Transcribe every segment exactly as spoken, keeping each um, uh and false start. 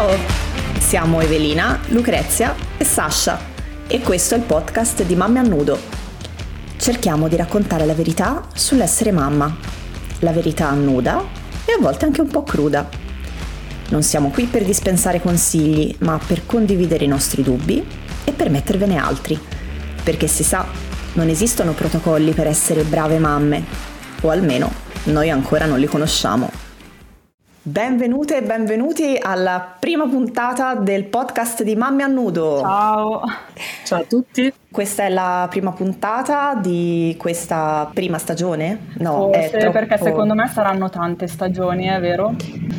Ciao, siamo Evelina, Lucrezia e Sasha e questo è il podcast di Mamme a Nudo. Cerchiamo di raccontare la verità sull'essere mamma, la verità nuda e a volte anche un po' cruda. Non siamo qui per dispensare consigli, ma per condividere i nostri dubbi e per mettervene altri, perché si sa, non esistono protocolli per essere brave mamme, o almeno noi ancora non li conosciamo. Benvenute e benvenuti alla prima puntata del podcast di Mamme a Nudo. Ciao! Ciao a tutti! Questa è la prima puntata di questa prima stagione? No, Forse, è troppo... perché secondo me saranno tante stagioni, è vero?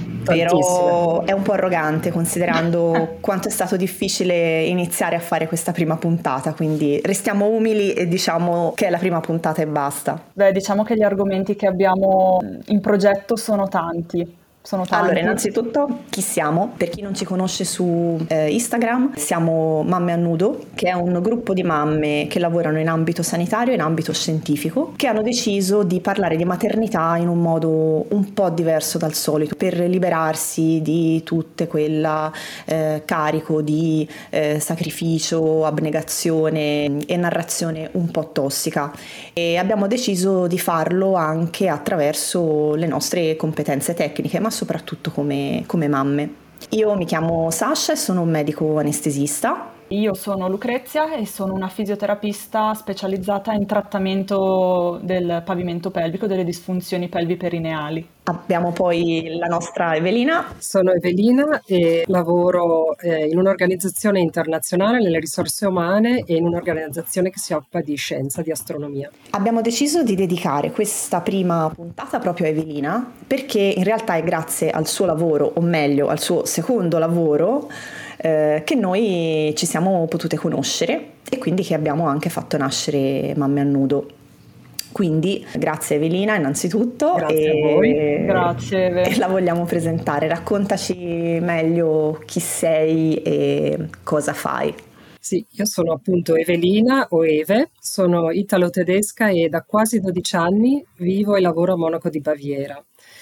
Però è un po' arrogante considerando quanto è stato difficile iniziare a fare questa prima puntata, quindi restiamo umili e diciamo che è la prima puntata e basta. Beh, diciamo che gli argomenti che abbiamo in progetto sono tanti. Sono tanti. Allora, innanzitutto, chi siamo? Per chi non ci conosce su eh, Instagram, siamo Mamme a Nudo, che è un gruppo di mamme che lavorano in ambito sanitario e in ambito scientifico, che hanno deciso di parlare di maternità in un modo un po' diverso dal solito, per liberarsi di tutte quella eh, carico di eh, sacrificio, abnegazione e narrazione un po' tossica. E abbiamo deciso di farlo anche attraverso le nostre competenze tecniche, ma soprattutto come, come mamme. Io mi chiamo Sasha e sono un medico anestesista. Io sono Lucrezia e sono una fisioterapista specializzata in trattamento del pavimento pelvico, delle disfunzioni pelviperineali. Abbiamo poi la nostra Evelina. Sono Evelina e lavoro eh, in un'organizzazione internazionale nelle risorse umane e in un'organizzazione che si occupa di scienza, di astronomia. Abbiamo deciso di dedicare questa prima puntata proprio a Evelina perché in realtà è grazie al suo lavoro, o meglio al suo secondo lavoro, eh, che noi ci siamo potute conoscere e quindi che abbiamo anche fatto nascere Mamme a Nudo. Quindi grazie Evelina innanzitutto. Grazie e, a voi. Grazie. E la vogliamo presentare. Raccontaci meglio chi sei e cosa fai. Sì, io sono appunto Evelina o Eve, sono italo-tedesca e da quasi dodici anni vivo e lavoro a Monaco di Baviera.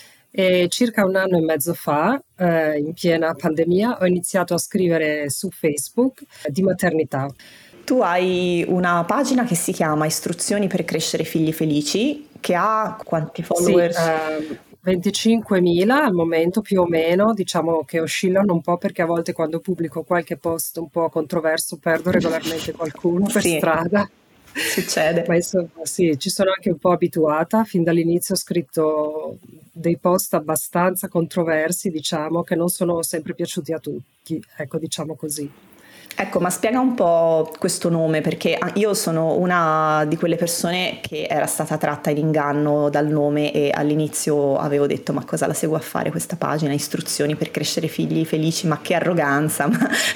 E circa un anno e mezzo fa, eh, in piena pandemia, ho iniziato a scrivere su Facebook di maternità. Tu hai una pagina che si chiama Istruzioni per crescere figli felici, che ha quanti followers? Sì, eh, venticinquemila al momento più o meno, diciamo che oscillano un po' perché a volte quando pubblico qualche post un po' controverso perdo regolarmente qualcuno per Sì, strada. Succede. Ma insomma sì, ci sono anche un po' abituata, fin dall'inizio ho scritto dei post abbastanza controversi, diciamo, che non sono sempre piaciuti a tutti, ecco, diciamo così. Ecco, ma spiega un po' questo nome, perché io sono una di quelle persone che era stata tratta in inganno dal nome e all'inizio avevo detto ma cosa la seguo a fare questa pagina, istruzioni per crescere figli felici, ma che arroganza.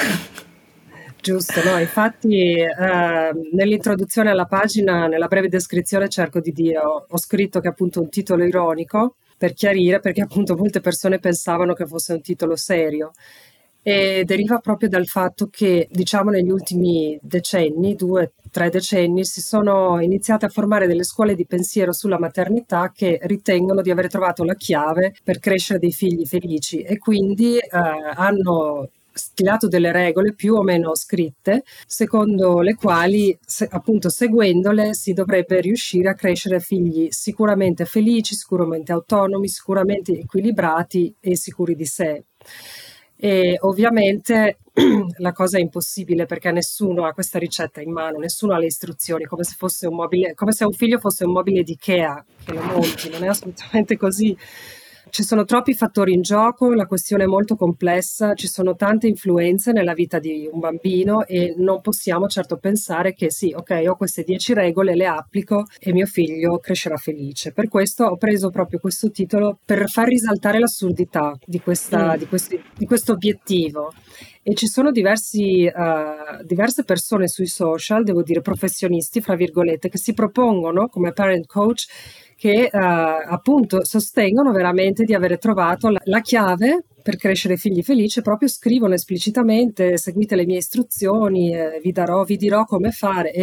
Giusto, no, infatti eh, nell'introduzione alla pagina, nella breve descrizione cerco di dire, ho, ho scritto che è appunto un titolo ironico per chiarire, perché appunto molte persone pensavano che fosse un titolo serio. E deriva proprio dal fatto che, diciamo, negli ultimi decenni, due, tre decenni, si sono iniziate a formare delle scuole di pensiero sulla maternità che ritengono di aver trovato la chiave per crescere dei figli felici e quindi eh, hanno stilato delle regole più o meno scritte, secondo le quali, se, appunto seguendole, si dovrebbe riuscire a crescere figli sicuramente felici, sicuramente autonomi, sicuramente equilibrati e sicuri di sé. E ovviamente la cosa è impossibile perché nessuno ha questa ricetta in mano, nessuno ha le istruzioni, come se fosse un mobile, come se un figlio fosse un mobile di Ikea che lo monti, non è assolutamente così. Ci sono troppi fattori in gioco, la questione è molto complessa, ci sono tante influenze nella vita di un bambino e non possiamo certo pensare che sì, ok, ho queste dieci regole, le applico e mio figlio crescerà felice. Per questo ho preso proprio questo titolo per far risaltare l'assurdità di, questa, mm. di, questi, di questo obiettivo. E ci sono diversi, uh, diverse persone sui social, devo dire professionisti, fra virgolette, che si propongono come parent coach che uh, appunto sostengono veramente di avere trovato la, la chiave per crescere figli felici, proprio scrivono esplicitamente seguite le mie istruzioni, eh, vi darò, vi dirò come fare e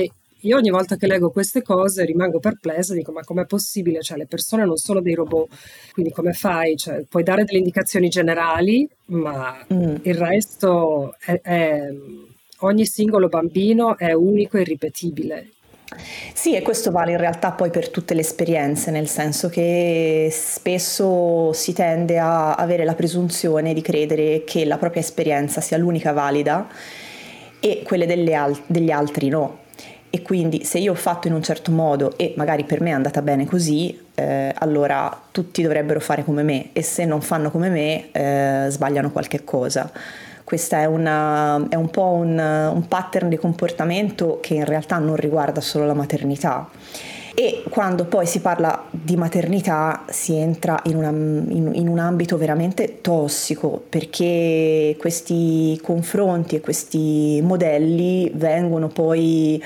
io ogni volta che leggo queste cose rimango perplessa, dico ma com'è possibile? Cioè le persone non sono dei robot, quindi come fai? Cioè, puoi dare delle indicazioni generali, ma mm. il resto è, è ogni singolo bambino è unico e irripetibile. Sì, e questo vale in realtà poi per tutte le esperienze, nel senso che spesso si tende a avere la presunzione di credere che la propria esperienza sia l'unica valida e quelle delle al- degli altri no. E quindi se io ho fatto in un certo modo e magari per me è andata bene così, eh, allora tutti dovrebbero fare come me, e se non fanno come me eh, sbagliano qualche cosa. Questa è, una, è un po' un, un pattern di comportamento che in realtà non riguarda solo la maternità. E quando poi si parla di maternità si entra in, una, in, in un ambito veramente tossico, perché questi confronti e questi modelli vengono poi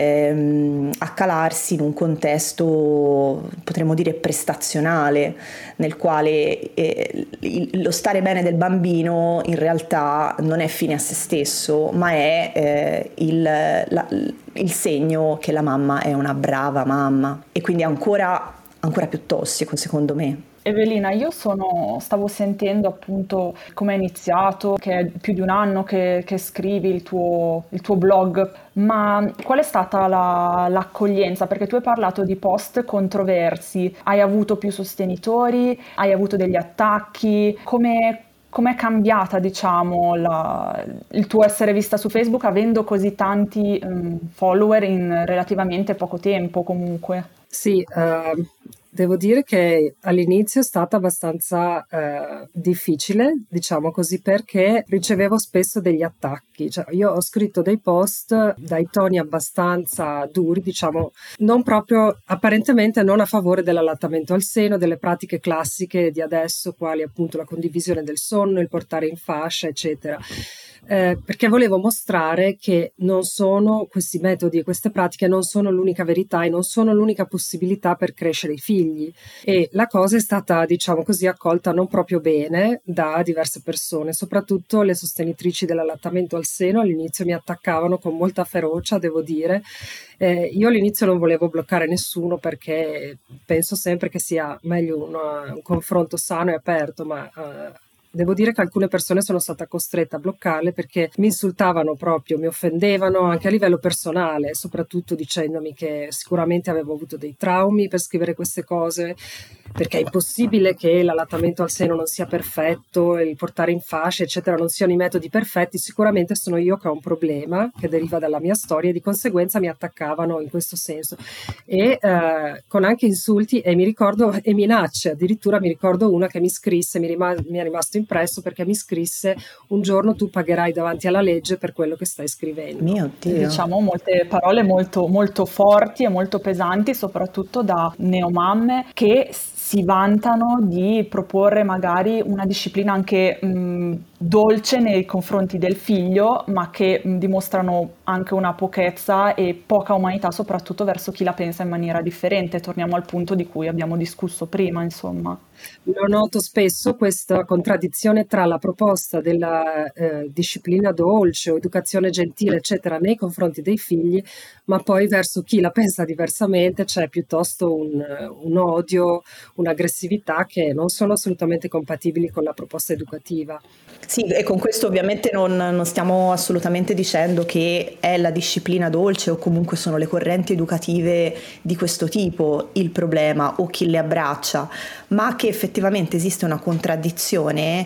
ehm, a calarsi in un contesto, potremmo dire, prestazionale, nel quale eh, il, lo stare bene del bambino in realtà non è fine a se stesso, ma è eh, il, la, il segno che la mamma è una brava mamma, e quindi è ancora, ancora più tossico secondo me. Evelina, io sono, stavo sentendo appunto come è iniziato, che è più di un anno che, che scrivi il tuo, il tuo blog, ma qual è stata la, l'accoglienza? Perché tu hai parlato di post controversi, hai avuto più sostenitori, hai avuto degli attacchi, come... Com'è cambiata, diciamo, la, il tuo essere vista su Facebook avendo così tanti um, follower in relativamente poco tempo comunque? Sì, uh, devo dire che all'inizio è stata abbastanza uh, difficile, diciamo così, perché ricevevo spesso degli attacchi. Cioè, io ho scritto dei post dai toni abbastanza duri, diciamo, non proprio, apparentemente non a favore dell'allattamento al seno, delle pratiche classiche di adesso, quali appunto la condivisione del sonno, il portare in fascia, eccetera. Eh, perché volevo mostrare che non sono questi metodi e queste pratiche non sono l'unica verità e non sono l'unica possibilità per crescere i figli, e la cosa è stata, diciamo così, accolta non proprio bene da diverse persone, soprattutto le sostenitrici dell'allattamento al seno. All'inizio mi attaccavano con molta ferocia, devo dire. Eh, io all'inizio non volevo bloccare nessuno perché penso sempre che sia meglio una, un confronto sano e aperto, ma uh, devo dire che alcune persone sono stata costretta a bloccarle perché mi insultavano proprio, mi offendevano anche a livello personale, soprattutto dicendomi che sicuramente avevo avuto dei traumi per scrivere queste cose, perché è impossibile che l'allattamento al seno non sia perfetto, il portare in fascia, eccetera, non siano i metodi perfetti. Sicuramente sono io che ho un problema che deriva dalla mia storia e di conseguenza mi attaccavano in questo senso, e eh, con anche insulti e mi ricordo e minacce. Addirittura mi ricordo una che mi scrisse, mi, rima- mi è rimasto impresso perché mi scrisse: un giorno tu pagherai davanti alla legge per quello che stai scrivendo. Mio Dio. Diciamo molte parole molto, molto forti e molto pesanti, soprattutto da neomamme che si vantano di proporre magari una disciplina anche mh, dolce nei confronti del figlio, ma che mh, dimostrano anche una pochezza e poca umanità, soprattutto verso chi la pensa in maniera differente. Torniamo al punto di cui abbiamo discusso prima, insomma. Lo noto spesso questa contraddizione tra la proposta della eh, disciplina dolce o educazione gentile, eccetera, nei confronti dei figli, ma poi verso chi la pensa diversamente c'è piuttosto un, un odio, un'aggressività che non sono assolutamente compatibili con la proposta educativa. Sì, e con questo ovviamente non, non stiamo assolutamente dicendo che è la disciplina dolce o comunque sono le correnti educative di questo tipo il problema o chi le abbraccia, ma che effettivamente esiste una contraddizione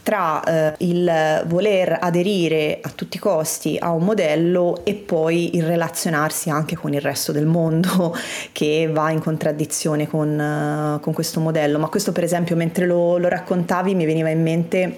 tra eh, il voler aderire a tutti i costi a un modello e poi il relazionarsi anche con il resto del mondo che va in contraddizione con, uh, con questo modello. Ma questo, per esempio, mentre lo, lo raccontavi mi veniva in mente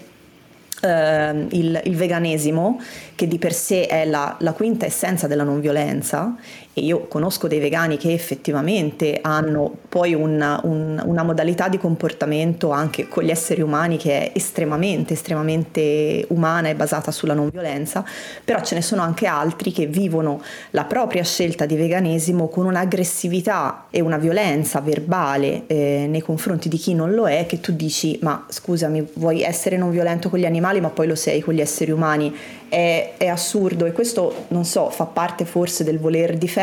Uh, il, il veganesimo, che di per sé è la, la quinta essenza della non violenza, e io conosco dei vegani che effettivamente hanno poi una, un, una modalità di comportamento anche con gli esseri umani che è estremamente estremamente umana e basata sulla non violenza, però ce ne sono anche altri che vivono la propria scelta di veganesimo con un'aggressività e una violenza verbale eh, nei confronti di chi non lo è, che tu dici: ma scusami, vuoi essere non violento con gli animali ma poi lo sei con gli esseri umani? È, è assurdo, e questo, non so, fa parte forse del voler difendere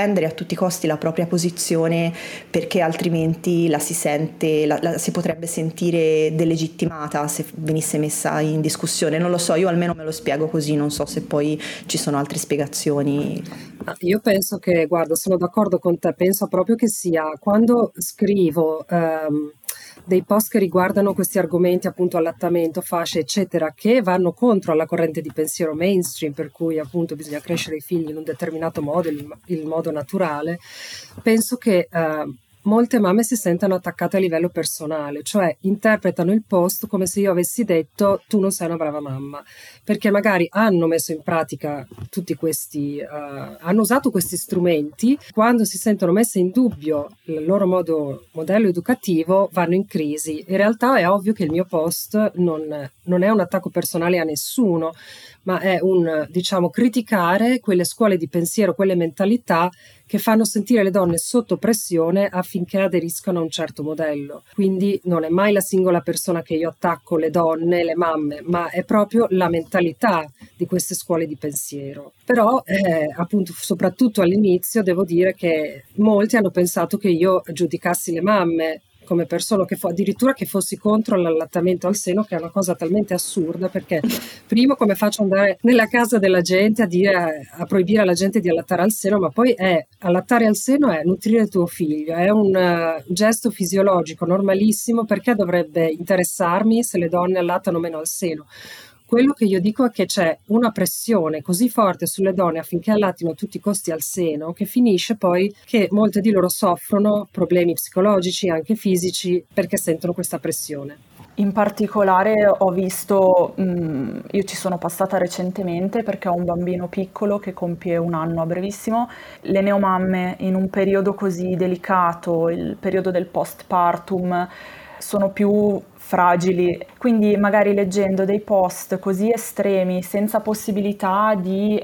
difendere a tutti i costi la propria posizione, perché altrimenti la si sente, la, la si potrebbe sentire delegittimata se venisse messa in discussione. Non lo so, io almeno me lo spiego così, non so se poi ci sono altre spiegazioni. Io penso che, guarda, sono d'accordo con te, penso proprio che sia quando scrivo ehm, dei post che riguardano questi argomenti, appunto allattamento, fasce, eccetera, che vanno contro la corrente di pensiero mainstream, per cui appunto bisogna crescere i figli in un determinato modo, il, il modo naturale, penso che eh, molte mamme si sentono attaccate a livello personale, cioè interpretano il post come se io avessi detto tu non sei una brava mamma, perché magari hanno messo in pratica tutti questi, uh, hanno usato questi strumenti, quando si sentono messe in dubbio il loro modo, modello educativo, vanno in crisi. In realtà è ovvio che il mio post non, non è un attacco personale a nessuno, ma è un, diciamo, criticare quelle scuole di pensiero, quelle mentalità che fanno sentire le donne sotto pressione affinché aderiscano a un certo modello. Quindi non è mai la singola persona che io attacco, le donne, le mamme, ma è proprio la mentalità di queste scuole di pensiero. Però, eh, appunto, soprattutto all'inizio, devo dire che molti hanno pensato che io giudicassi le mamme come persona, che fo- addirittura che fossi contro l'allattamento al seno, che è una cosa talmente assurda, perché primo come faccio ad andare nella casa della gente a dire, a proibire alla gente di allattare al seno, ma poi è allattare al seno è nutrire tuo figlio, è un uh, gesto fisiologico normalissimo, perché dovrebbe interessarmi se le donne allattano meno al seno? Quello che io dico è che c'è una pressione così forte sulle donne affinché allattino a tutti i costi al seno, che finisce poi che molte di loro soffrono problemi psicologici, anche fisici, perché sentono questa pressione. In particolare ho visto, mh, io ci sono passata recentemente perché ho un bambino piccolo che compie un anno a brevissimo, le neomamme in un periodo così delicato, il periodo del postpartum, sono più fragili, quindi magari leggendo dei post così estremi, senza possibilità di,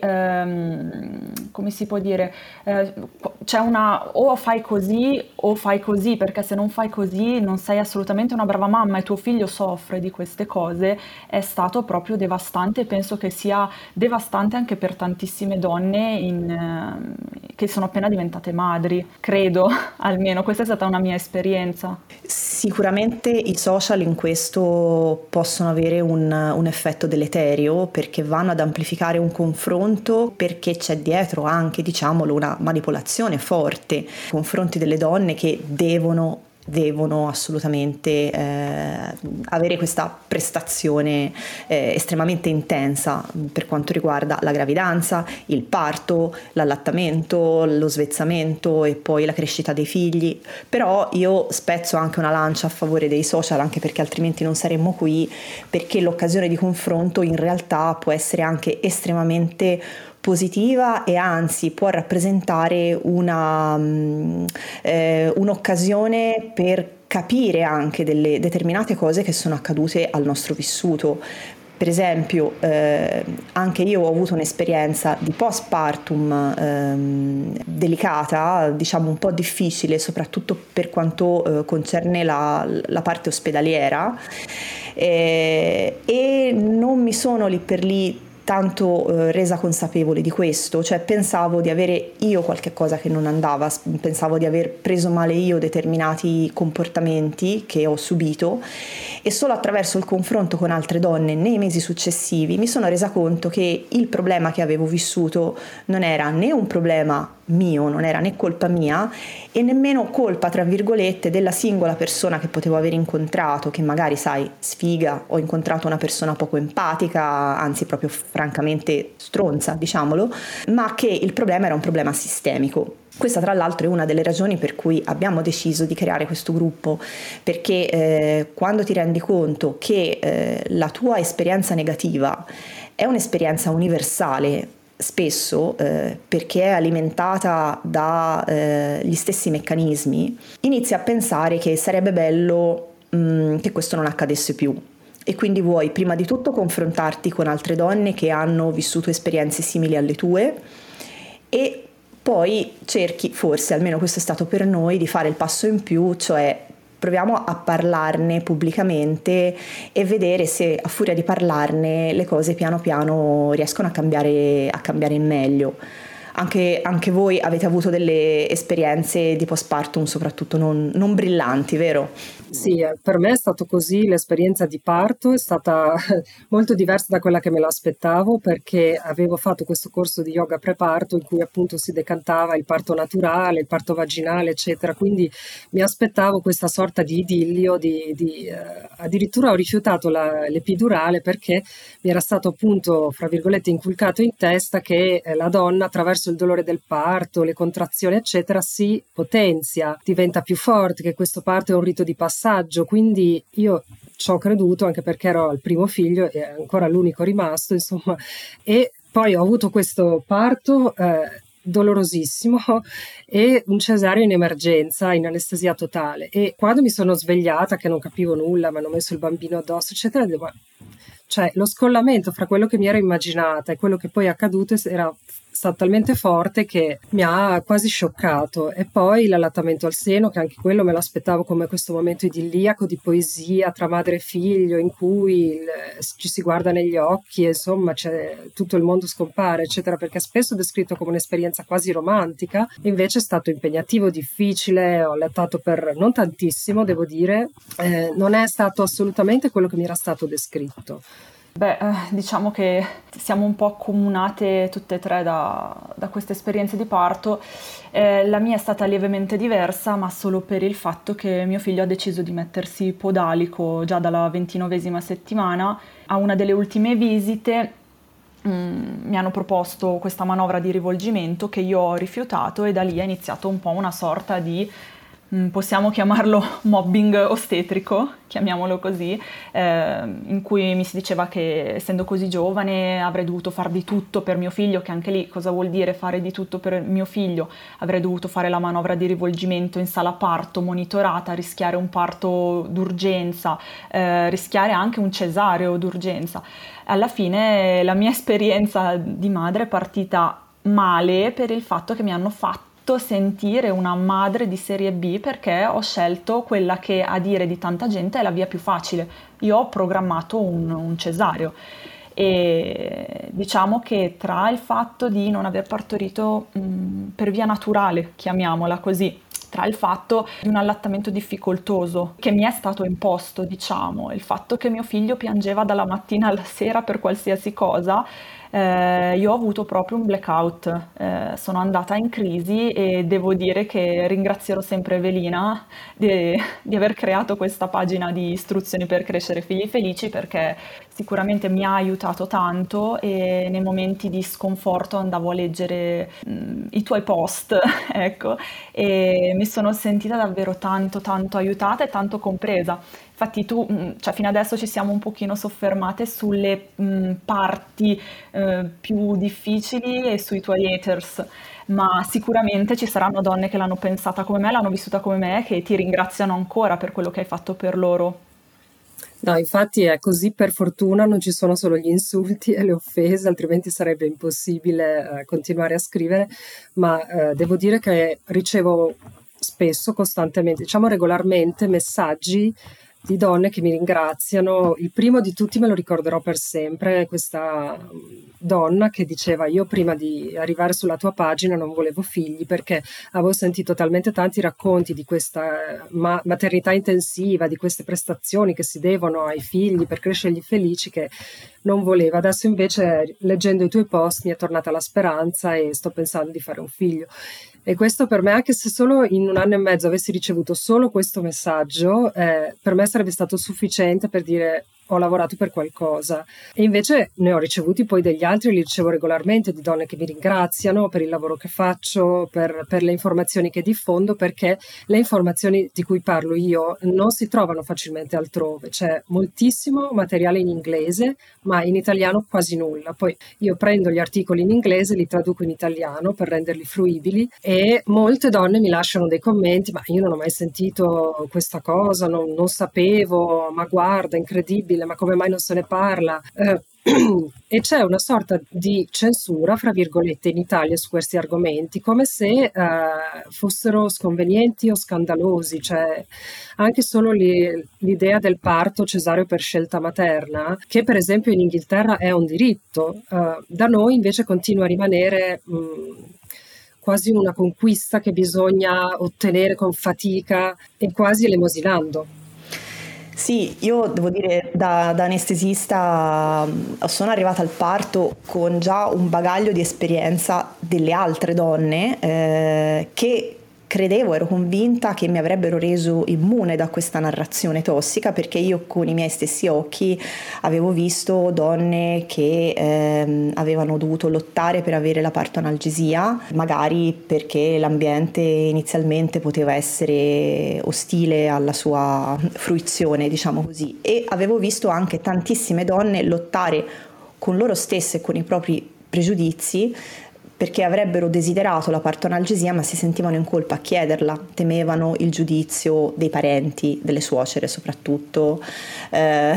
ehm, come si può dire, eh, c'è una o fai così o fai così, perché se non fai così non sei assolutamente una brava mamma e tuo figlio soffre di queste cose, è stato proprio devastante. Penso che sia devastante anche per tantissime donne in, eh, che sono appena diventate madri, credo, almeno questa è stata una mia esperienza. Sicuramente i social in questo possono avere un, un effetto deleterio, perché vanno ad amplificare un confronto, perché c'è dietro anche, diciamolo, una manipolazione forte nei confronti delle donne che devono devono assolutamente eh, avere questa prestazione eh, estremamente intensa per quanto riguarda la gravidanza, il parto, l'allattamento, lo svezzamento e poi la crescita dei figli. Però io spezzo anche una lancia a favore dei social, anche perché altrimenti non saremmo qui, perché l'occasione di confronto in realtà può essere anche estremamente positiva e anzi può rappresentare una, eh, un'occasione per capire anche delle determinate cose che sono accadute al nostro vissuto. Per esempio, eh, anche io ho avuto un'esperienza di postpartum ehm, delicata, diciamo un po' difficile, soprattutto per quanto eh, concerne la, la parte ospedaliera, eh, e non mi sono lì per lì tanto eh, resa consapevole di questo, cioè pensavo di avere io qualche cosa che non andava, pensavo di aver preso male io determinati comportamenti che ho subito, e solo attraverso il confronto con altre donne nei mesi successivi mi sono resa conto che il problema che avevo vissuto non era né un problema mio, non era né colpa mia e nemmeno colpa tra virgolette della singola persona che potevo aver incontrato, che magari sai sfiga, ho incontrato una persona poco empatica, anzi proprio francamente stronza, diciamolo, ma che il problema era un problema sistemico. Questa tra l'altro è una delle ragioni per cui abbiamo deciso di creare questo gruppo, perché eh, quando ti rendi conto che eh, la tua esperienza negativa è un'esperienza universale, spesso eh, perché è alimentata dagli eh, stessi meccanismi, inizi a pensare che sarebbe bello mh, che questo non accadesse più. E quindi vuoi prima di tutto confrontarti con altre donne che hanno vissuto esperienze simili alle tue e poi cerchi, forse almeno questo è stato per noi, di fare il passo in più, cioè proviamo a parlarne pubblicamente e vedere se a furia di parlarne le cose piano piano riescono a cambiare, a cambiare in meglio. anche, anche voi avete avuto delle esperienze di postpartum soprattutto non, non brillanti, vero? Sì, per me è stato così, l'esperienza di parto è stata molto diversa da quella che me l'aspettavo, perché avevo fatto questo corso di yoga preparto in cui appunto si decantava il parto naturale, il parto vaginale, eccetera, quindi mi aspettavo questa sorta di idillio, di, di, eh, addirittura ho rifiutato la, l'epidurale perché mi era stato appunto, fra virgolette, inculcato in testa che eh, la donna attraverso il dolore del parto, le contrazioni, eccetera, si potenzia, diventa più forte, che questo parto è un rito di passaggio. Quindi io ci ho creduto, anche perché ero il primo figlio e ancora l'unico rimasto, insomma, e poi ho avuto questo parto eh, dolorosissimo e un cesareo in emergenza, in anestesia totale, e quando mi sono svegliata che non capivo nulla, mi hanno messo il bambino addosso, eccetera, devo, cioè lo scollamento fra quello che mi ero immaginata e quello che poi è accaduto era stato talmente forte che mi ha quasi scioccato. E poi l'allattamento al seno, che anche quello me l'aspettavo come questo momento idilliaco di poesia tra madre e figlio in cui il, ci si guarda negli occhi e insomma c'è, tutto il mondo scompare, eccetera, perché spesso è descritto come un'esperienza quasi romantica, invece è stato impegnativo, difficile, ho allattato per non tantissimo, devo dire, eh, non è stato assolutamente quello che mi era stato descritto. Beh, eh, diciamo che siamo un po' accomunate tutte e tre da, da queste esperienze di parto. Eh, la mia è stata lievemente diversa, ma solo per il fatto che mio figlio ha deciso di mettersi podalico già dalla ventinovesima settimana. A una delle ultime visite mm, mi hanno proposto questa manovra di rivolgimento che io ho rifiutato, e da lì è iniziato un po' una sorta di... possiamo chiamarlo mobbing ostetrico, chiamiamolo così, eh, in cui mi si diceva che essendo così giovane avrei dovuto fare di tutto per mio figlio, che anche lì cosa vuol dire fare di tutto per mio figlio? Avrei dovuto fare la manovra di rivolgimento in sala parto monitorata, rischiare un parto d'urgenza, eh, rischiare anche un cesareo d'urgenza. Alla fine la mia esperienza di madre è partita male per il fatto che mi hanno fatto sentire una madre di serie B, perché ho scelto quella che a dire di tanta gente è la via più facile. Io ho programmato un, un cesareo, e diciamo che tra il fatto di non aver partorito mh, per via naturale, chiamiamola così, tra il fatto di un allattamento difficoltoso che mi è stato imposto, diciamo, il fatto che mio figlio piangeva dalla mattina alla sera per qualsiasi cosa, eh, io ho avuto proprio un blackout, eh, sono andata in crisi, e devo dire che ringrazierò sempre Evelina di, di aver creato questa pagina di istruzioni per crescere figli felici, perché sicuramente mi ha aiutato tanto, e nei momenti di sconforto andavo a leggere mh, i tuoi post, ecco, e mi sono sentita davvero tanto tanto aiutata e tanto compresa. Infatti tu, mh, cioè fino adesso ci siamo un pochino soffermate sulle mh, parti eh, più difficili e sui tuoi haters, ma sicuramente ci saranno donne che l'hanno pensata come me, l'hanno vissuta come me, che ti ringraziano ancora per quello che hai fatto per loro. No, infatti è così, per fortuna non ci sono solo gli insulti e le offese, altrimenti sarebbe impossibile eh, continuare a scrivere, ma eh, devo dire che ricevo spesso, costantemente, diciamo regolarmente, messaggi di donne che mi ringraziano. Il primo di tutti me lo ricorderò per sempre, questa donna che diceva: io prima di arrivare sulla tua pagina non volevo figli perché avevo sentito talmente tanti racconti di questa ma- maternità intensiva, di queste prestazioni che si devono ai figli per crescerli felici, che non voleva. Adesso invece, leggendo i tuoi post, mi è tornata la speranza e sto pensando di fare un figlio. E questo per me, anche se solo in un anno e mezzo avessi ricevuto solo questo messaggio, eh, per me sarebbe stato sufficiente per dire: ho lavorato per qualcosa. E invece ne ho ricevuti poi degli altri, li ricevo regolarmente, di donne che mi ringraziano per il lavoro che faccio, per, per le informazioni che diffondo, perché le informazioni di cui parlo io non si trovano facilmente altrove. C'è moltissimo materiale in inglese, ma in italiano quasi nulla. Poi io prendo gli articoli in inglese, li traduco in italiano per renderli fruibili, e molte donne mi lasciano dei commenti: ma io non ho mai sentito questa cosa, non, non sapevo, ma guarda, incredibile, ma come mai non se ne parla? Eh, e c'è una sorta di censura, fra virgolette, in Italia su questi argomenti, come se eh, fossero sconvenienti o scandalosi. Cioè, anche solo li, l'idea del parto cesareo per scelta materna, che per esempio in Inghilterra è un diritto, eh, da noi invece continua a rimanere mh, quasi una conquista che bisogna ottenere con fatica e quasi elemosinando. Sì, io devo dire da, da anestesista sono arrivata al parto con già un bagaglio di esperienza delle altre donne eh, che credevo, ero convinta che mi avrebbero reso immune da questa narrazione tossica, perché io con i miei stessi occhi avevo visto donne che ehm, avevano dovuto lottare per avere la partoanalgesia, magari perché l'ambiente inizialmente poteva essere ostile alla sua fruizione, diciamo così, e avevo visto anche tantissime donne lottare con loro stesse e con i propri pregiudizi perché avrebbero desiderato la partoanalgesia ma si sentivano in colpa a chiederla, temevano il giudizio dei parenti, delle suocere soprattutto, eh,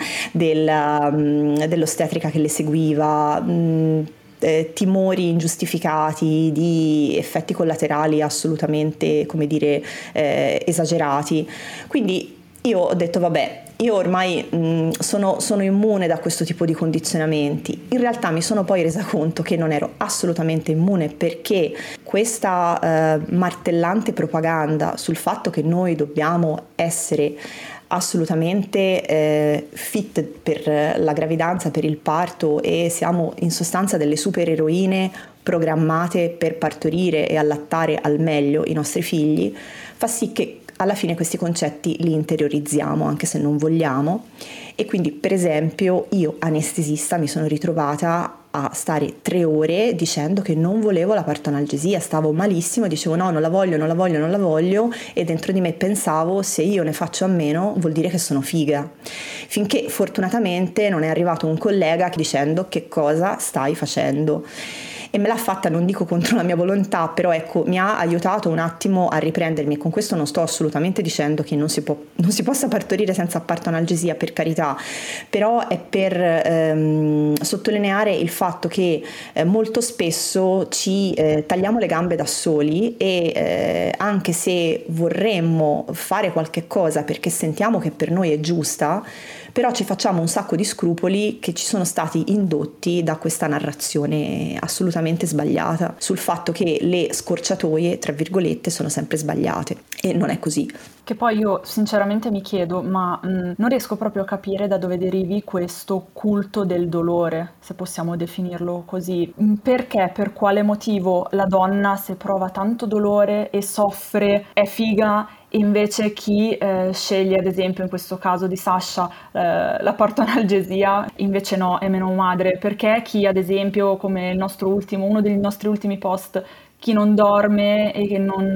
della, dell'ostetrica che le seguiva, mh, eh, timori ingiustificati di effetti collaterali assolutamente, come dire, eh, esagerati. Quindi io ho detto vabbè, io ormai mh, sono, sono immune da questo tipo di condizionamenti. In realtà mi sono poi resa conto che non ero assolutamente immune, perché questa eh, martellante propaganda sul fatto che noi dobbiamo essere assolutamente eh, fit per la gravidanza, per il parto, e siamo in sostanza delle supereroine programmate per partorire e allattare al meglio i nostri figli, fa sì che alla fine questi concetti li interiorizziamo anche se non vogliamo. E quindi, per esempio, io anestesista mi sono ritrovata a stare tre ore dicendo che non volevo la partoanalgesia, stavo malissimo, dicevo no, non la voglio, non la voglio, non la voglio, e dentro di me pensavo se io ne faccio a meno vuol dire che sono figa, finché fortunatamente non è arrivato un collega dicendo che cosa stai facendo. E me l'ha fatta, non dico contro la mia volontà, però ecco, mi ha aiutato un attimo a riprendermi. Con questo non sto assolutamente dicendo che non si, può, non si possa partorire senza partoanalgesia, per carità, però è per ehm, sottolineare il fatto che eh, molto spesso ci eh, tagliamo le gambe da soli e eh, anche se vorremmo fare qualche cosa perché sentiamo che per noi è giusta, però ci facciamo un sacco di scrupoli che ci sono stati indotti da questa narrazione assolutamente sbagliata sul fatto che le scorciatoie, tra virgolette, sono sempre sbagliate, e non è così. Che poi io sinceramente mi chiedo, ma mh, non riesco proprio a capire da dove derivi questo culto del dolore, se possiamo definirlo così. Mh, Perché, per quale motivo la donna, se prova tanto dolore e soffre, è figa, e invece chi eh, sceglie, ad esempio in questo caso di Sasha, eh, la partoanalgesia, invece no, è meno madre? Perché chi, ad esempio, come il nostro ultimo, uno dei nostri ultimi post, chi non dorme e che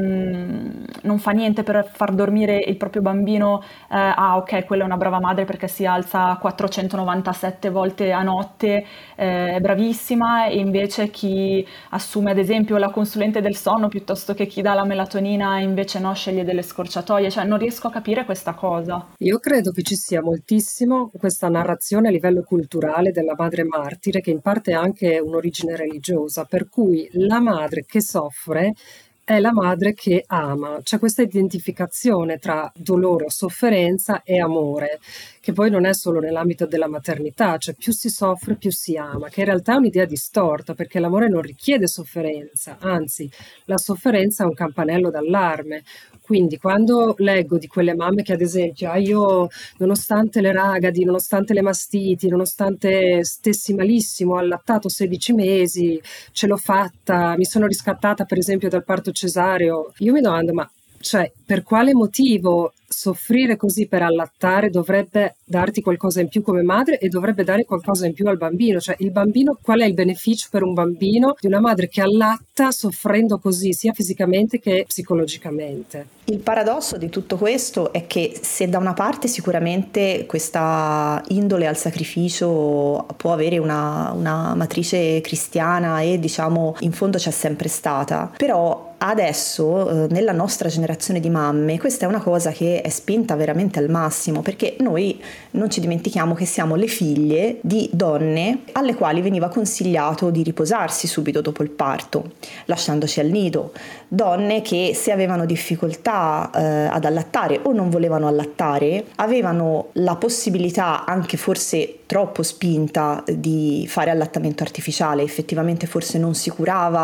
non, non fa niente per far dormire il proprio bambino, eh, ah ok, quella è una brava madre perché si alza quattrocentonovantasette volte a notte, eh, è bravissima, e invece chi assume ad esempio la consulente del sonno piuttosto che chi dà la melatonina invece no, sceglie delle scorciatoie. Cioè non riesco a capire questa cosa. Io credo che ci sia moltissimo questa narrazione a livello culturale della madre martire, che in parte ha anche un'origine religiosa, per cui la madre che soffre è la madre che ama. C'è questa identificazione tra dolore o sofferenza e amore, che poi non è solo nell'ambito della maternità, cioè più si soffre più si ama, che in realtà è un'idea distorta, perché l'amore non richiede sofferenza, anzi la sofferenza è un campanello d'allarme. Quindi quando leggo di quelle mamme che ad esempio ah, io nonostante le ragadi, nonostante le mastiti, nonostante stessi malissimo, ho allattato sedici mesi, ce l'ho fatta, mi sono riscattata per esempio dal parto cesareo, io mi domando ma cioè per quale motivo soffrire così per allattare dovrebbe darti qualcosa in più come madre e dovrebbe dare qualcosa in più al bambino? Cioè il bambino, qual è il beneficio per un bambino di una madre che allatta soffrendo così sia fisicamente che psicologicamente? Il paradosso di tutto questo è che se da una parte sicuramente questa indole al sacrificio può avere una, una matrice cristiana e diciamo in fondo c'è sempre stata, però adesso eh, nella nostra generazione di mamme questa è una cosa che è spinta veramente al massimo, perché noi non ci dimentichiamo che siamo le figlie di donne alle quali veniva consigliato di riposarsi subito dopo il parto, lasciandoci al nido, donne che se avevano difficoltà eh, ad allattare o non volevano allattare avevano la possibilità, anche forse troppo spinta, di fare allattamento artificiale. Effettivamente forse non si curava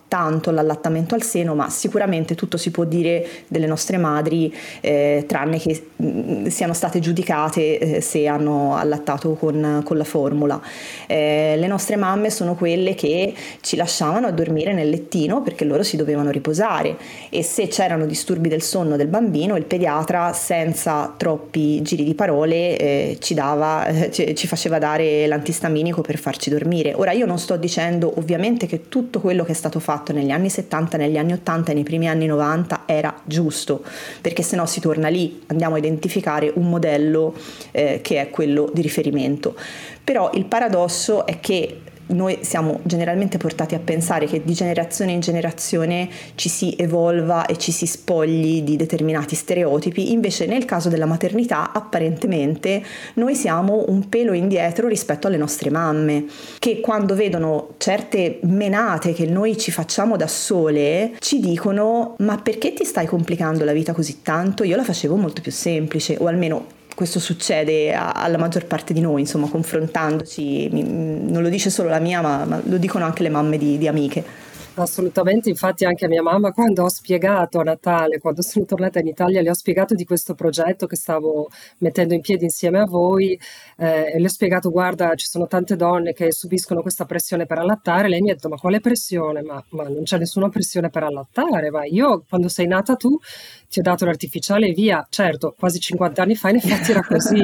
tanto l'allattamento al seno, ma sicuramente tutto si può dire delle nostre madri, eh, tranne che mh, siano state giudicate eh, se hanno allattato con, con la formula. Eh, le nostre mamme sono quelle che ci lasciavano a dormire nel lettino perché loro si dovevano riposare, e se c'erano disturbi del sonno del bambino, il pediatra senza troppi giri di parole eh, ci dava, eh, ci, ci faceva dare l'antistaminico per farci dormire. Ora, io non sto dicendo ovviamente che tutto quello che è stato fatto negli anni settanta, negli anni ottanta e nei primi anni novanta era giusto, perché sennò si torna lì, andiamo a identificare un modello eh, che è quello di riferimento. Però il paradosso è che noi siamo generalmente portati a pensare che di generazione in generazione ci si evolva e ci si spogli di determinati stereotipi, invece nel caso della maternità apparentemente noi siamo un pelo indietro rispetto alle nostre mamme, che quando vedono certe menate che noi ci facciamo da sole ci dicono: ma perché ti stai complicando la vita così tanto? Io la facevo molto più semplice, o almeno questo succede a, alla maggior parte di noi, insomma, confrontandoci. Mi, non lo dice solo la mia, ma, ma lo dicono anche le mamme di, di amiche. Assolutamente, infatti anche a mia mamma, quando ho spiegato a Natale, quando sono tornata in Italia, le ho spiegato di questo progetto che stavo mettendo in piedi insieme a voi, eh, e le ho spiegato: guarda, ci sono tante donne che subiscono questa pressione per allattare. Lei mi ha detto: ma quale pressione? Ma, ma non c'è nessuna pressione per allattare, ma io quando sei nata tu ti ho dato l'artificiale e via. Certo, quasi cinquanta anni fa in effetti era così,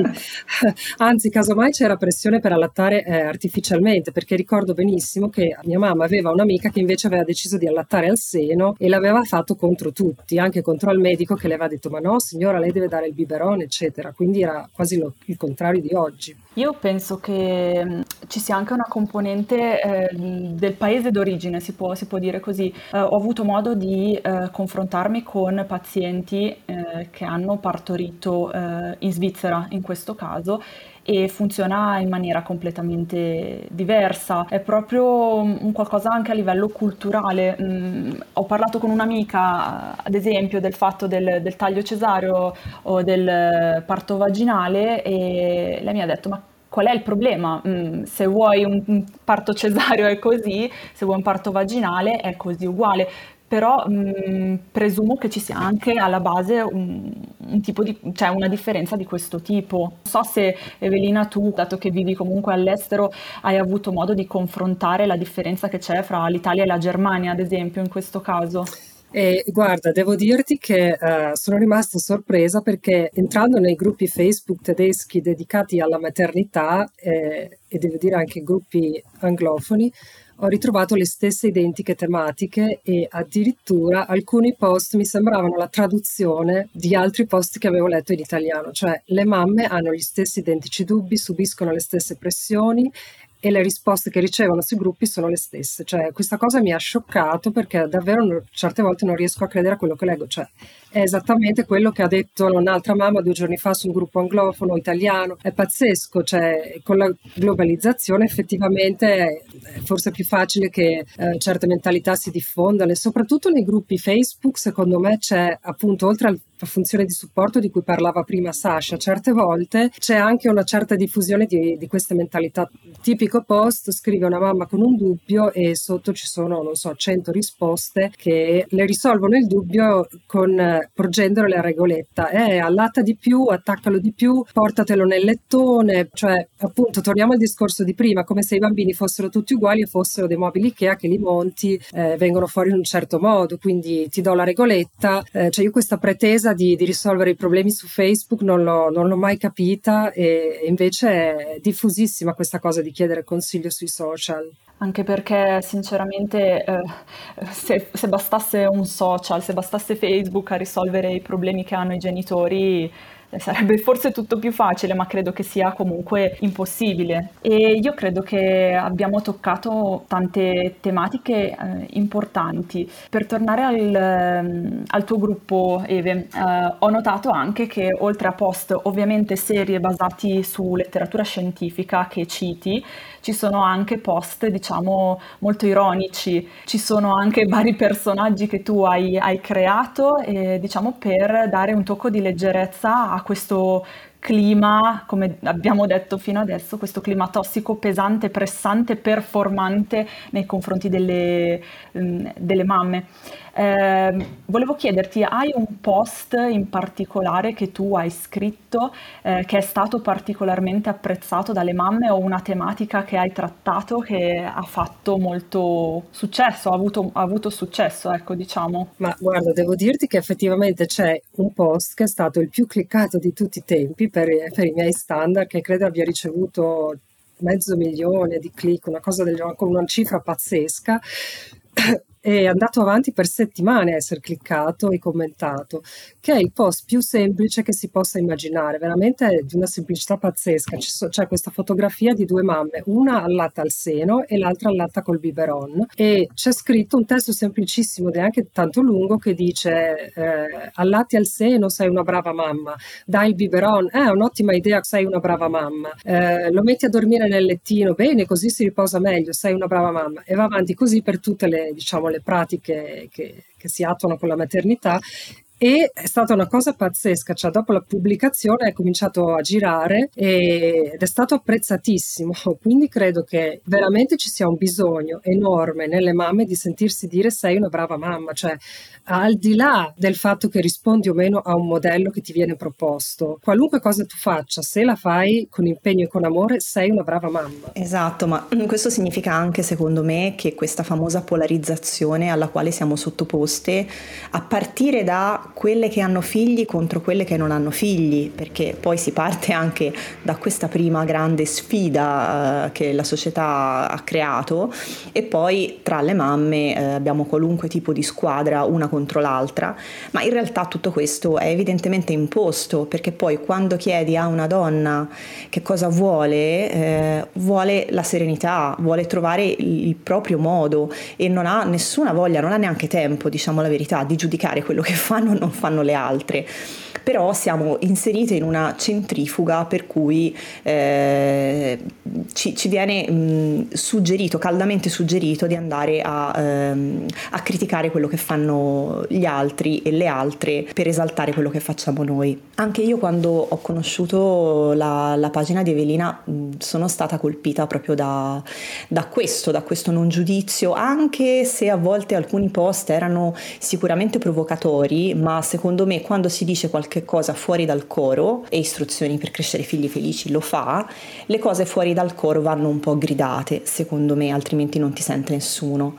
anzi casomai c'era pressione per allattare eh, artificialmente, perché ricordo benissimo che mia mamma aveva un'amica che invece aveva deciso di allattare al seno e l'aveva fatto contro tutti, anche contro il medico che le aveva detto: ma no signora, lei deve dare il biberone, eccetera. Quindi era quasi lo, il contrario di oggi. Io penso che mh, ci sia anche una componente eh, del paese d'origine, si può, si può dire così. Eh, ho avuto modo di eh, confrontarmi con pazienti eh, che hanno partorito eh, in Svizzera, in questo caso, e funziona in maniera completamente diversa. È proprio un qualcosa anche a livello culturale. Mm, ho parlato con un'amica, ad esempio, del fatto del, del taglio cesareo o del parto vaginale, e lei mi ha detto: ma qual è il problema? Mm, se vuoi un, un parto cesareo è così, se vuoi un parto vaginale è così uguale. Però mh, presumo che ci sia anche alla base un, un tipo di, cioè una differenza di questo tipo. Non so se Evelina, tu, dato che vivi comunque all'estero, hai avuto modo di confrontare la differenza che c'è fra l'Italia e la Germania, ad esempio, in questo caso. E guarda, devo dirti che eh, sono rimasta sorpresa perché entrando nei gruppi Facebook tedeschi dedicati alla maternità eh, e devo dire anche gruppi anglofoni, ho ritrovato le stesse identiche tematiche e addirittura alcuni post mi sembravano la traduzione di altri post che avevo letto in italiano, cioè le mamme hanno gli stessi identici dubbi, subiscono le stesse pressioni e le risposte che ricevono sui gruppi sono le stesse. Cioè questa cosa mi ha scioccato perché davvero certe volte non riesco a credere a quello che leggo, cioè è esattamente quello che ha detto un'altra mamma due giorni fa su un gruppo anglofono italiano. È pazzesco, cioè con la globalizzazione effettivamente è forse più facile che eh, certe mentalità si diffondano, e soprattutto nei gruppi Facebook secondo me c'è, appunto, oltre alla funzione di supporto di cui parlava prima Sasha, certe volte c'è anche una certa diffusione di, di queste mentalità. Tipico post, scrive una mamma con un dubbio e sotto ci sono, non so, cento risposte che le risolvono il dubbio con eh, porgendole la regoletta: eh, allatta di più, attaccalo di più, portatelo nel lettone. Cioè, appunto, torniamo al discorso di prima, come se i bambini fossero tutti uguali e fossero dei mobili Ikea che li monti, eh, vengono fuori in un certo modo, quindi ti do la regoletta. Eh, cioè io questa pretesa di, di risolvere i problemi su Facebook non l'ho, non l'ho mai capita, e invece è diffusissima questa cosa di chiedere consiglio sui social. Anche perché sinceramente eh, se, se bastasse un social, se bastasse Facebook a risolvere i problemi che hanno i genitori, eh, sarebbe forse tutto più facile, ma credo che sia comunque impossibile. E io credo che abbiamo toccato tante tematiche eh, importanti. Per tornare al, ehm, al tuo gruppo, Eve, eh, ho notato anche che oltre a post ovviamente serie basati su letteratura scientifica che citi, ci sono anche post, diciamo, molto ironici. Ci sono anche vari personaggi che tu hai, hai creato, eh, diciamo, per dare un tocco di leggerezza a questo clima, come abbiamo detto fino adesso, questo clima tossico, pesante, pressante, performante nei confronti delle, mh, delle mamme. Eh, volevo chiederti, hai un post in particolare che tu hai scritto eh, che è stato particolarmente apprezzato dalle mamme, o una tematica che hai trattato che ha fatto molto successo, ha avuto, ha avuto successo, ecco, diciamo? Ma guarda, devo dirti che effettivamente c'è un post che è stato il più cliccato di tutti i tempi per, per i miei standard, che credo abbia ricevuto mezzo milione di click, una cosa del genere, con una cifra pazzesca. È andato avanti per settimane a essere cliccato e commentato, che è il post più semplice che si possa immaginare, veramente è di una semplicità pazzesca. C'è, c'è questa fotografia di due mamme, una allatta al seno e l'altra allatta col biberon, e c'è scritto un testo semplicissimo, neanche tanto lungo, che dice eh, allatti al seno, sei una brava mamma, dai il biberon, è eh, un'ottima idea, sei una brava mamma, eh, lo metti a dormire nel lettino, bene, così si riposa meglio, sei una brava mamma, e va avanti così per tutte le, diciamo, le pratiche che, che si attuano con la maternità. E è stata una cosa pazzesca, cioè dopo la pubblicazione è cominciato a girare e, ed è stato apprezzatissimo, quindi credo che veramente ci sia un bisogno enorme nelle mamme di sentirsi dire sei una brava mamma, cioè al di là del fatto che rispondi o meno a un modello che ti viene proposto, qualunque cosa tu faccia, se la fai con impegno e con amore, sei una brava mamma. Esatto, ma questo significa anche, secondo me, che questa famosa polarizzazione alla quale siamo sottoposte, a partire da quelle che hanno figli contro quelle che non hanno figli, perché poi si parte anche da questa prima grande sfida eh, che la società ha creato, e poi tra le mamme eh, abbiamo qualunque tipo di squadra una contro l'altra, ma in realtà tutto questo è evidentemente imposto, perché poi quando chiedi a una donna che cosa vuole, eh, vuole la serenità, vuole trovare il proprio modo, e non ha nessuna voglia, non ha neanche tempo, diciamo la verità, di giudicare quello che fanno o non fanno le altre. Però siamo inserite in una centrifuga per cui eh, ci, ci viene mh, suggerito, caldamente suggerito, di andare a, ehm, a criticare quello che fanno gli altri e le altre per esaltare quello che facciamo noi. Anche io, quando ho conosciuto la, la pagina di Evelina, mh, sono stata colpita proprio da, da questo, da questo non giudizio, anche se a volte alcuni post erano sicuramente provocatori, ma secondo me quando si dice qualche cosa fuori dal coro, e istruzioni per crescere figli felici lo fa, le cose fuori dal coro vanno un po' gridate, secondo me, altrimenti non ti sente nessuno.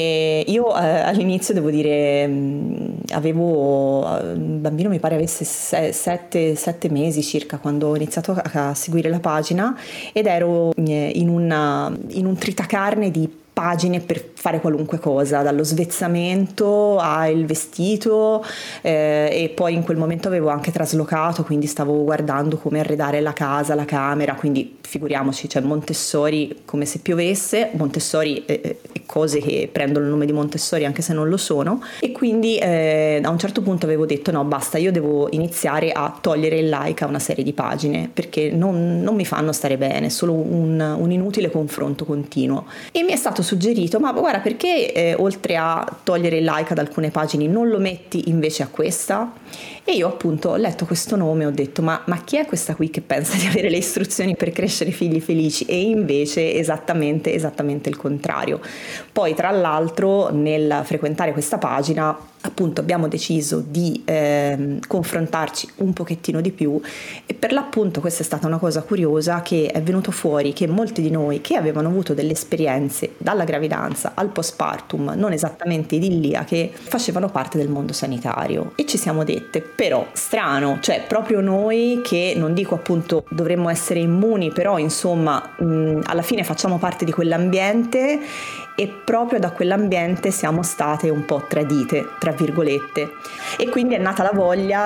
E io eh, all'inizio, devo dire, mh, avevo un bambino, mi pare avesse sette, sette mesi circa, quando ho iniziato a, a seguire la pagina, ed ero eh, in, una, in un tritacarne di pagine per fare qualunque cosa, dallo svezzamento al vestito, eh, e poi in quel momento avevo anche traslocato, quindi stavo guardando come arredare la casa, la camera, quindi figuriamoci, cioè Montessori come se piovesse, Montessori e eh, cose che prendono il nome di Montessori anche se non lo sono, e quindi eh, a un certo punto avevo detto no, basta, io devo iniziare a togliere il like a una serie di pagine, perché non, non mi fanno stare bene, è solo un, un inutile confronto continuo. E mi è stato suggerito, ma guarda, perché eh, oltre a togliere il like ad alcune pagine non lo metti invece a questa? E io appunto ho letto questo nome e ho detto ma, ma chi è questa qui che pensa di avere le istruzioni per crescere figli felici? E invece esattamente, esattamente il contrario. Poi tra l'altro nel frequentare questa pagina appunto abbiamo deciso di eh, confrontarci un pochettino di più, e per l'appunto questa è stata una cosa curiosa, che è venuto fuori che molti di noi che avevano avuto delle esperienze dalla gravidanza al postpartum non esattamente idilliache facevano parte del mondo sanitario, e ci siamo dette però strano, cioè proprio noi che non dico appunto dovremmo essere immuni, però insomma mh, alla fine facciamo parte di quell'ambiente, e proprio da quell'ambiente siamo state un po' tradite, tra virgolette, e quindi è nata la voglia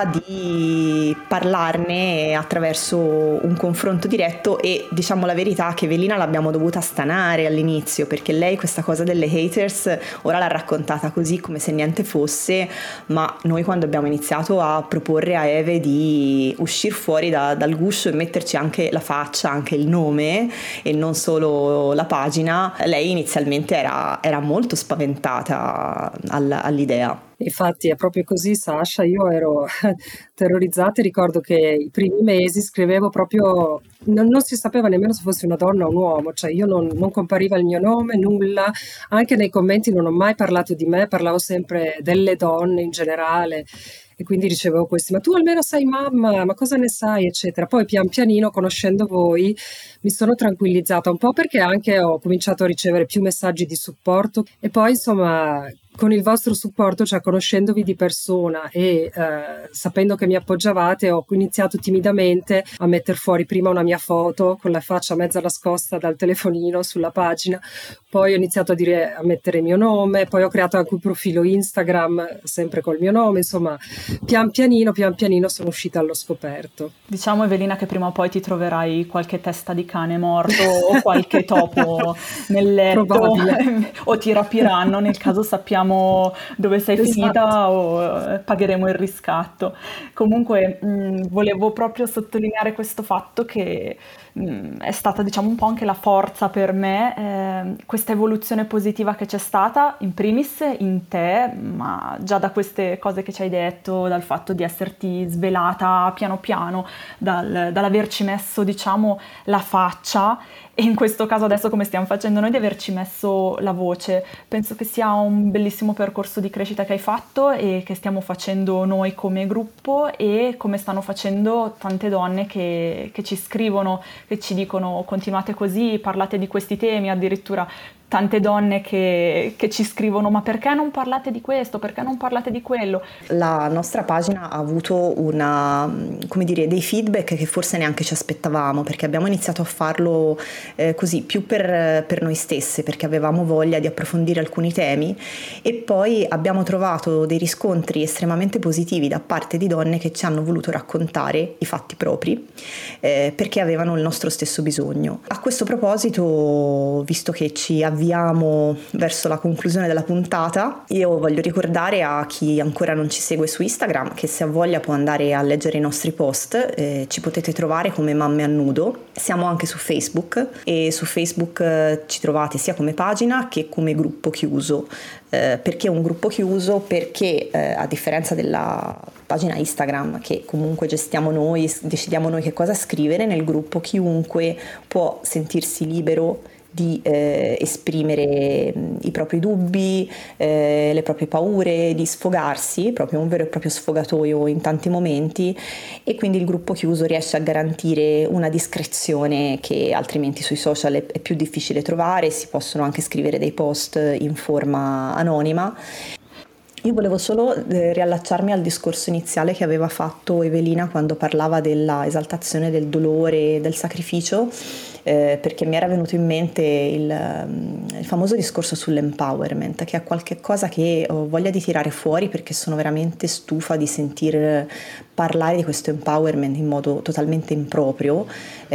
di parlarne attraverso un confronto diretto. E diciamo la verità che Evelina l'abbiamo dovuta stanare all'inizio, perché lei questa cosa delle haters ora l'ha raccontata così come se niente fosse, ma noi quando abbiamo iniziato a proporre a Eve di uscire fuori da, dal guscio e metterci anche la faccia, anche il nome e non solo la pagina, lei inizialmente era era, era molto spaventata all, all'idea. Infatti è proprio così, Sasha, io ero terrorizzata e ricordo che i primi mesi scrivevo proprio, non, non si sapeva nemmeno se fossi una donna o un uomo, cioè io non, non compariva il mio nome, nulla, anche nei commenti non ho mai parlato di me, parlavo sempre delle donne in generale. E quindi ricevevo questi, ma tu almeno sei mamma, ma cosa ne sai, eccetera. Poi pian pianino, conoscendo voi, mi sono tranquillizzata un po' perché anche ho cominciato a ricevere più messaggi di supporto e poi insomma con il vostro supporto, cioè conoscendovi di persona e eh, sapendo che mi appoggiavate, ho iniziato timidamente a mettere fuori prima una mia foto con la faccia mezza nascosta dal telefonino sulla pagina, poi ho iniziato a dire a mettere il mio nome, poi ho creato anche un profilo Instagram sempre col mio nome, insomma pian pianino pian pianino sono uscita allo scoperto. Diciamo, Evelina, che prima o poi ti troverai qualche testa di cane morto o qualche topo nel letto o ti rapiranno nel caso sappiamo dove sei esatto. finita o pagheremo il riscatto. Comunque mh, volevo proprio sottolineare questo fatto che mh, è stata, diciamo, un po' anche la forza per me, eh, questa evoluzione positiva che c'è stata in primis in te, ma già da queste cose che ci hai detto, dal fatto di esserti svelata piano piano, dal, dall'averci messo, diciamo, la faccia, e in questo caso adesso come stiamo facendo noi di averci messo la voce. Penso che sia un bellissimo percorso di crescita che hai fatto e che stiamo facendo noi come gruppo e come stanno facendo tante donne che, che ci scrivono, che ci dicono continuate così, parlate di questi temi, addirittura tante donne che, che ci scrivono ma perché non parlate di questo, perché non parlate di quello. La nostra pagina ha avuto una, come dire, dei feedback che forse neanche ci aspettavamo, perché abbiamo iniziato a farlo eh, così più per, per noi stesse, perché avevamo voglia di approfondire alcuni temi, e poi abbiamo trovato dei riscontri estremamente positivi da parte di donne che ci hanno voluto raccontare i fatti propri eh, perché avevano il nostro stesso bisogno. A questo proposito, visto che ci avviamo verso la conclusione della puntata, io voglio ricordare a chi ancora non ci segue su Instagram che se ha voglia può andare a leggere i nostri post, eh, ci potete trovare come Mamme a Nudo. Siamo anche su Facebook e su Facebook eh, ci trovate sia come pagina che come gruppo chiuso. Eh, perché un gruppo chiuso? Perché eh, a differenza della pagina Instagram che comunque gestiamo noi, decidiamo noi che cosa scrivere, nel gruppo chiunque può sentirsi libero di eh, esprimere i propri dubbi, eh, le proprie paure, di sfogarsi, proprio un vero e proprio sfogatoio in tanti momenti, e quindi il gruppo chiuso riesce a garantire una discrezione che altrimenti sui social è, è più difficile trovare. Si possono anche scrivere dei post in forma anonima. Io volevo solo eh, riallacciarmi al discorso iniziale che aveva fatto Evelina quando parlava della esaltazione del dolore, del sacrificio, eh, perché mi era venuto in mente il, il famoso discorso sull'empowerment, che è qualche cosa che ho voglia di tirare fuori perché sono veramente stufa di sentir parlare di questo empowerment in modo totalmente improprio.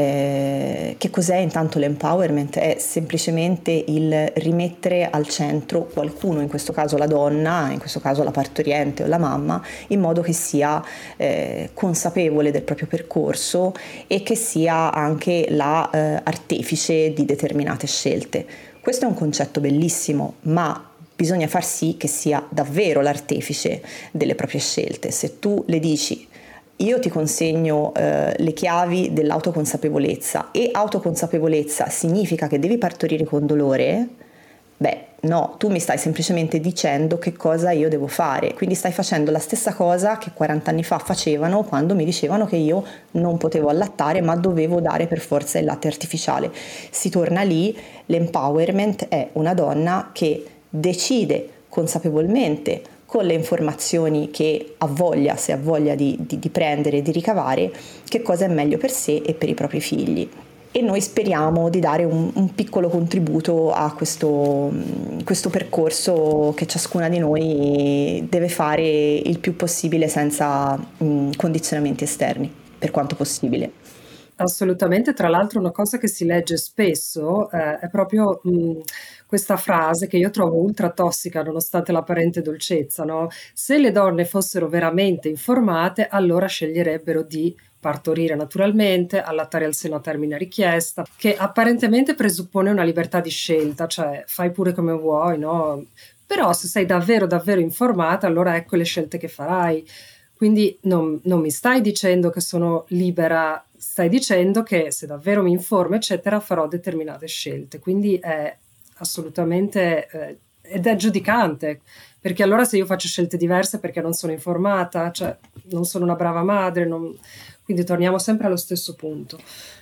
Eh, che cos'è intanto l'empowerment? È semplicemente il rimettere al centro qualcuno, in questo caso la donna, in questo caso la partoriente o la mamma, in modo che sia eh, consapevole del proprio percorso e che sia anche la eh, artefice di determinate scelte. Questo è un concetto bellissimo, ma bisogna far sì che sia davvero l'artefice delle proprie scelte. Se tu le dici io ti consegno eh, le chiavi dell'autoconsapevolezza e autoconsapevolezza significa che devi partorire con dolore, beh no, tu mi stai semplicemente dicendo che cosa io devo fare, quindi stai facendo la stessa cosa che quaranta anni fa facevano quando mi dicevano che io non potevo allattare ma dovevo dare per forza il latte artificiale. Si torna lì, l'empowerment è una donna che decide consapevolmente, con le informazioni che ha voglia, se ha voglia di, di, di prendere e di ricavare, che cosa è meglio per sé e per i propri figli. E noi speriamo di dare un, un piccolo contributo a questo, questo percorso che ciascuna di noi deve fare il più possibile senza mh, condizionamenti esterni, per quanto possibile. Assolutamente, tra l'altro una cosa che si legge spesso eh, è proprio mh, questa frase che io trovo ultra tossica nonostante l'apparente dolcezza, no? Se le donne fossero veramente informate, allora sceglierebbero di partorire naturalmente, allattare al seno a termine richiesta, che apparentemente presuppone una libertà di scelta, cioè fai pure come vuoi, no? Però se sei davvero davvero informata, allora ecco le scelte che farai. Quindi non, non mi stai dicendo che sono libera, stai dicendo che se davvero mi informo, eccetera, farò determinate scelte. Quindi è assolutamente, eh, ed è giudicante, perché allora se io faccio scelte diverse perché non sono informata, cioè non sono una brava madre, non... quindi torniamo sempre allo stesso punto.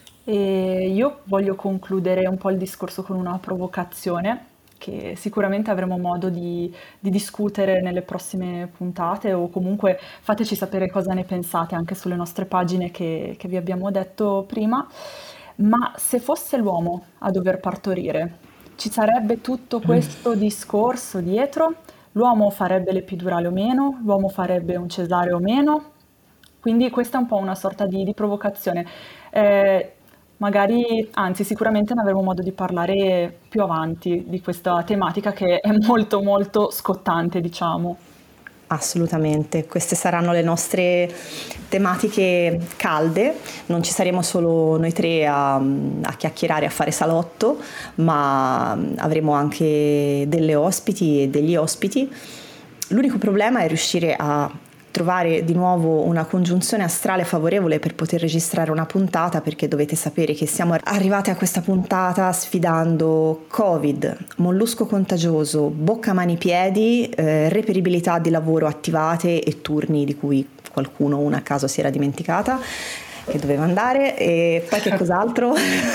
E io voglio concludere un po' il discorso con una provocazione, che sicuramente avremo modo di, di discutere nelle prossime puntate, o comunque fateci sapere cosa ne pensate anche sulle nostre pagine che, che vi abbiamo detto prima. Ma se fosse l'uomo a dover partorire, ci sarebbe tutto questo discorso dietro? L'uomo farebbe l'epidurale o meno? L'uomo farebbe un cesareo o meno? Quindi questa è un po' una sorta di, di provocazione. Eh, magari, anzi, sicuramente ne avremo modo di parlare più avanti di questa tematica che è molto molto scottante, diciamo. Assolutamente, queste saranno le nostre tematiche calde, non ci saremo solo noi tre a, a chiacchierare, a fare salotto, ma avremo anche delle ospiti e degli ospiti. L'unico problema è riuscire a trovare di nuovo una congiunzione astrale favorevole per poter registrare una puntata, perché dovete sapere che siamo arrivate a questa puntata sfidando Covid, mollusco contagioso, bocca, mani, piedi, eh, reperibilità di lavoro attivate e turni di cui qualcuno, una a caso, si era dimenticata che doveva andare, e poi che cos'altro?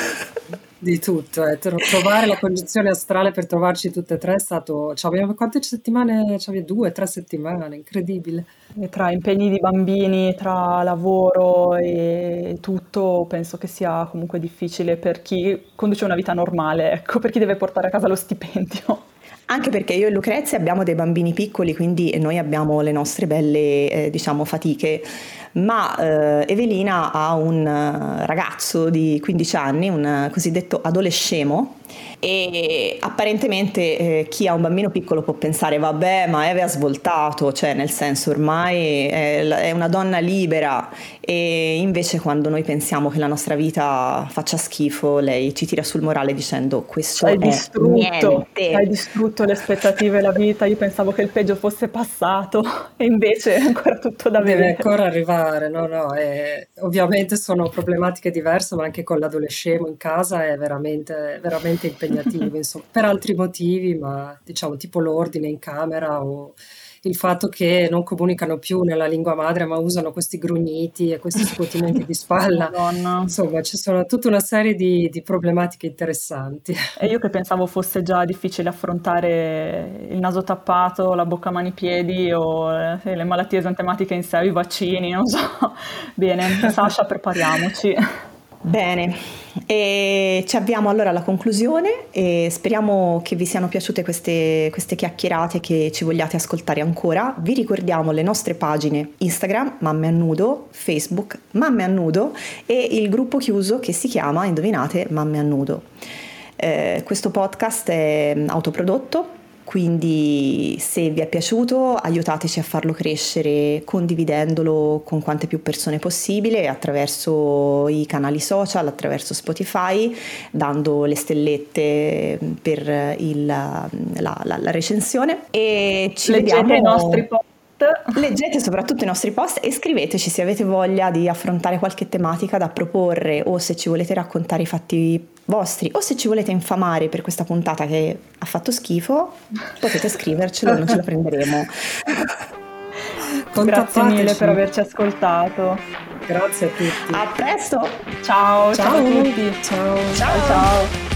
Di tutto, eh. Trovare la congiunzione astrale per trovarci tutte e tre è stato... Cioè, abbiamo quante settimane? Cioè, due, tre settimane, incredibile. E tra impegni di bambini, tra lavoro e tutto, penso che sia comunque difficile per chi conduce una vita normale, ecco, per chi deve portare a casa lo stipendio. Anche perché io e Lucrezia abbiamo dei bambini piccoli, quindi noi abbiamo le nostre belle, eh, diciamo, fatiche. Ma eh, Evelina ha un ragazzo di quindici anni, un cosiddetto adolescemo, e apparentemente eh, chi ha un bambino piccolo può pensare vabbè, ma Eve ha svoltato, cioè nel senso ormai è, è una donna libera, e invece quando noi pensiamo che la nostra vita faccia schifo, lei ci tira sul morale dicendo questo hai è distrutto, niente. Hai distrutto le aspettative e la vita, io pensavo che il peggio fosse passato e invece è ancora tutto da Deve vedere. ancora arrivare, no, no, e ovviamente sono problematiche diverse, ma anche con l'adolescente in casa è veramente, veramente impegnativo, insomma, per altri motivi, ma diciamo tipo l'ordine in camera o il fatto che non comunicano più nella lingua madre, ma usano questi grugniti e questi scuotimenti di spalla. Madonna. Insomma, ci sono tutta una serie di, di problematiche interessanti. E io che pensavo fosse già difficile affrontare il naso tappato, la bocca, mani, piedi o eh, le malattie esantematiche in sé, i vaccini, non so. Bene, Sasha, prepariamoci. Bene, e ci avviamo allora alla conclusione e speriamo che vi siano piaciute queste, queste chiacchierate, che ci vogliate ascoltare ancora. Vi ricordiamo le nostre pagine Instagram, Mamme a Nudo, Facebook, Mamme a Nudo, e il gruppo chiuso che si chiama, indovinate, Mamme a Nudo. Eh, questo podcast è autoprodotto, quindi se vi è piaciuto aiutateci a farlo crescere condividendolo con quante più persone possibile attraverso i canali social, attraverso Spotify, dando le stellette per il, la, la, la recensione, e ci Leggete vediamo. i nostri post. Leggete soprattutto i nostri post e scriveteci se avete voglia di affrontare qualche tematica da proporre, o se ci volete raccontare i fatti vostri, o se ci volete infamare per questa puntata che ha fatto schifo, potete scrivercelo, non ce la prenderemo. Grazie mille per averci ascoltato. Grazie a tutti. A presto. Ciao, ciao, ciao a tutti. Ciao. Ciao, ciao.